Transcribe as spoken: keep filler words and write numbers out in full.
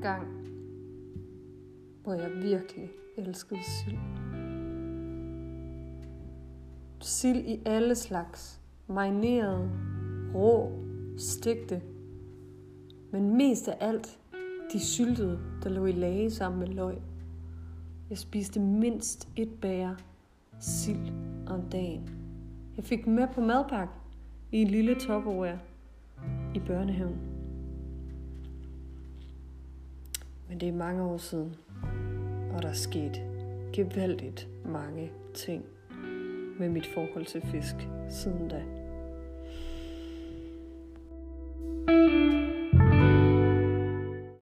gang, hvor jeg virkelig elskede sild. Sild i alle slags, marineret, rå, stegte, men mest af alt de syltede, der lå i lage sammen med løg. Jeg spiste mindst et bæger sild om dagen. Jeg fik dem med på madpakke i en lille tupperware i børnehaven. Men det er mange år siden, og der er sket gevaldigt mange ting med mit forhold til fisk siden da.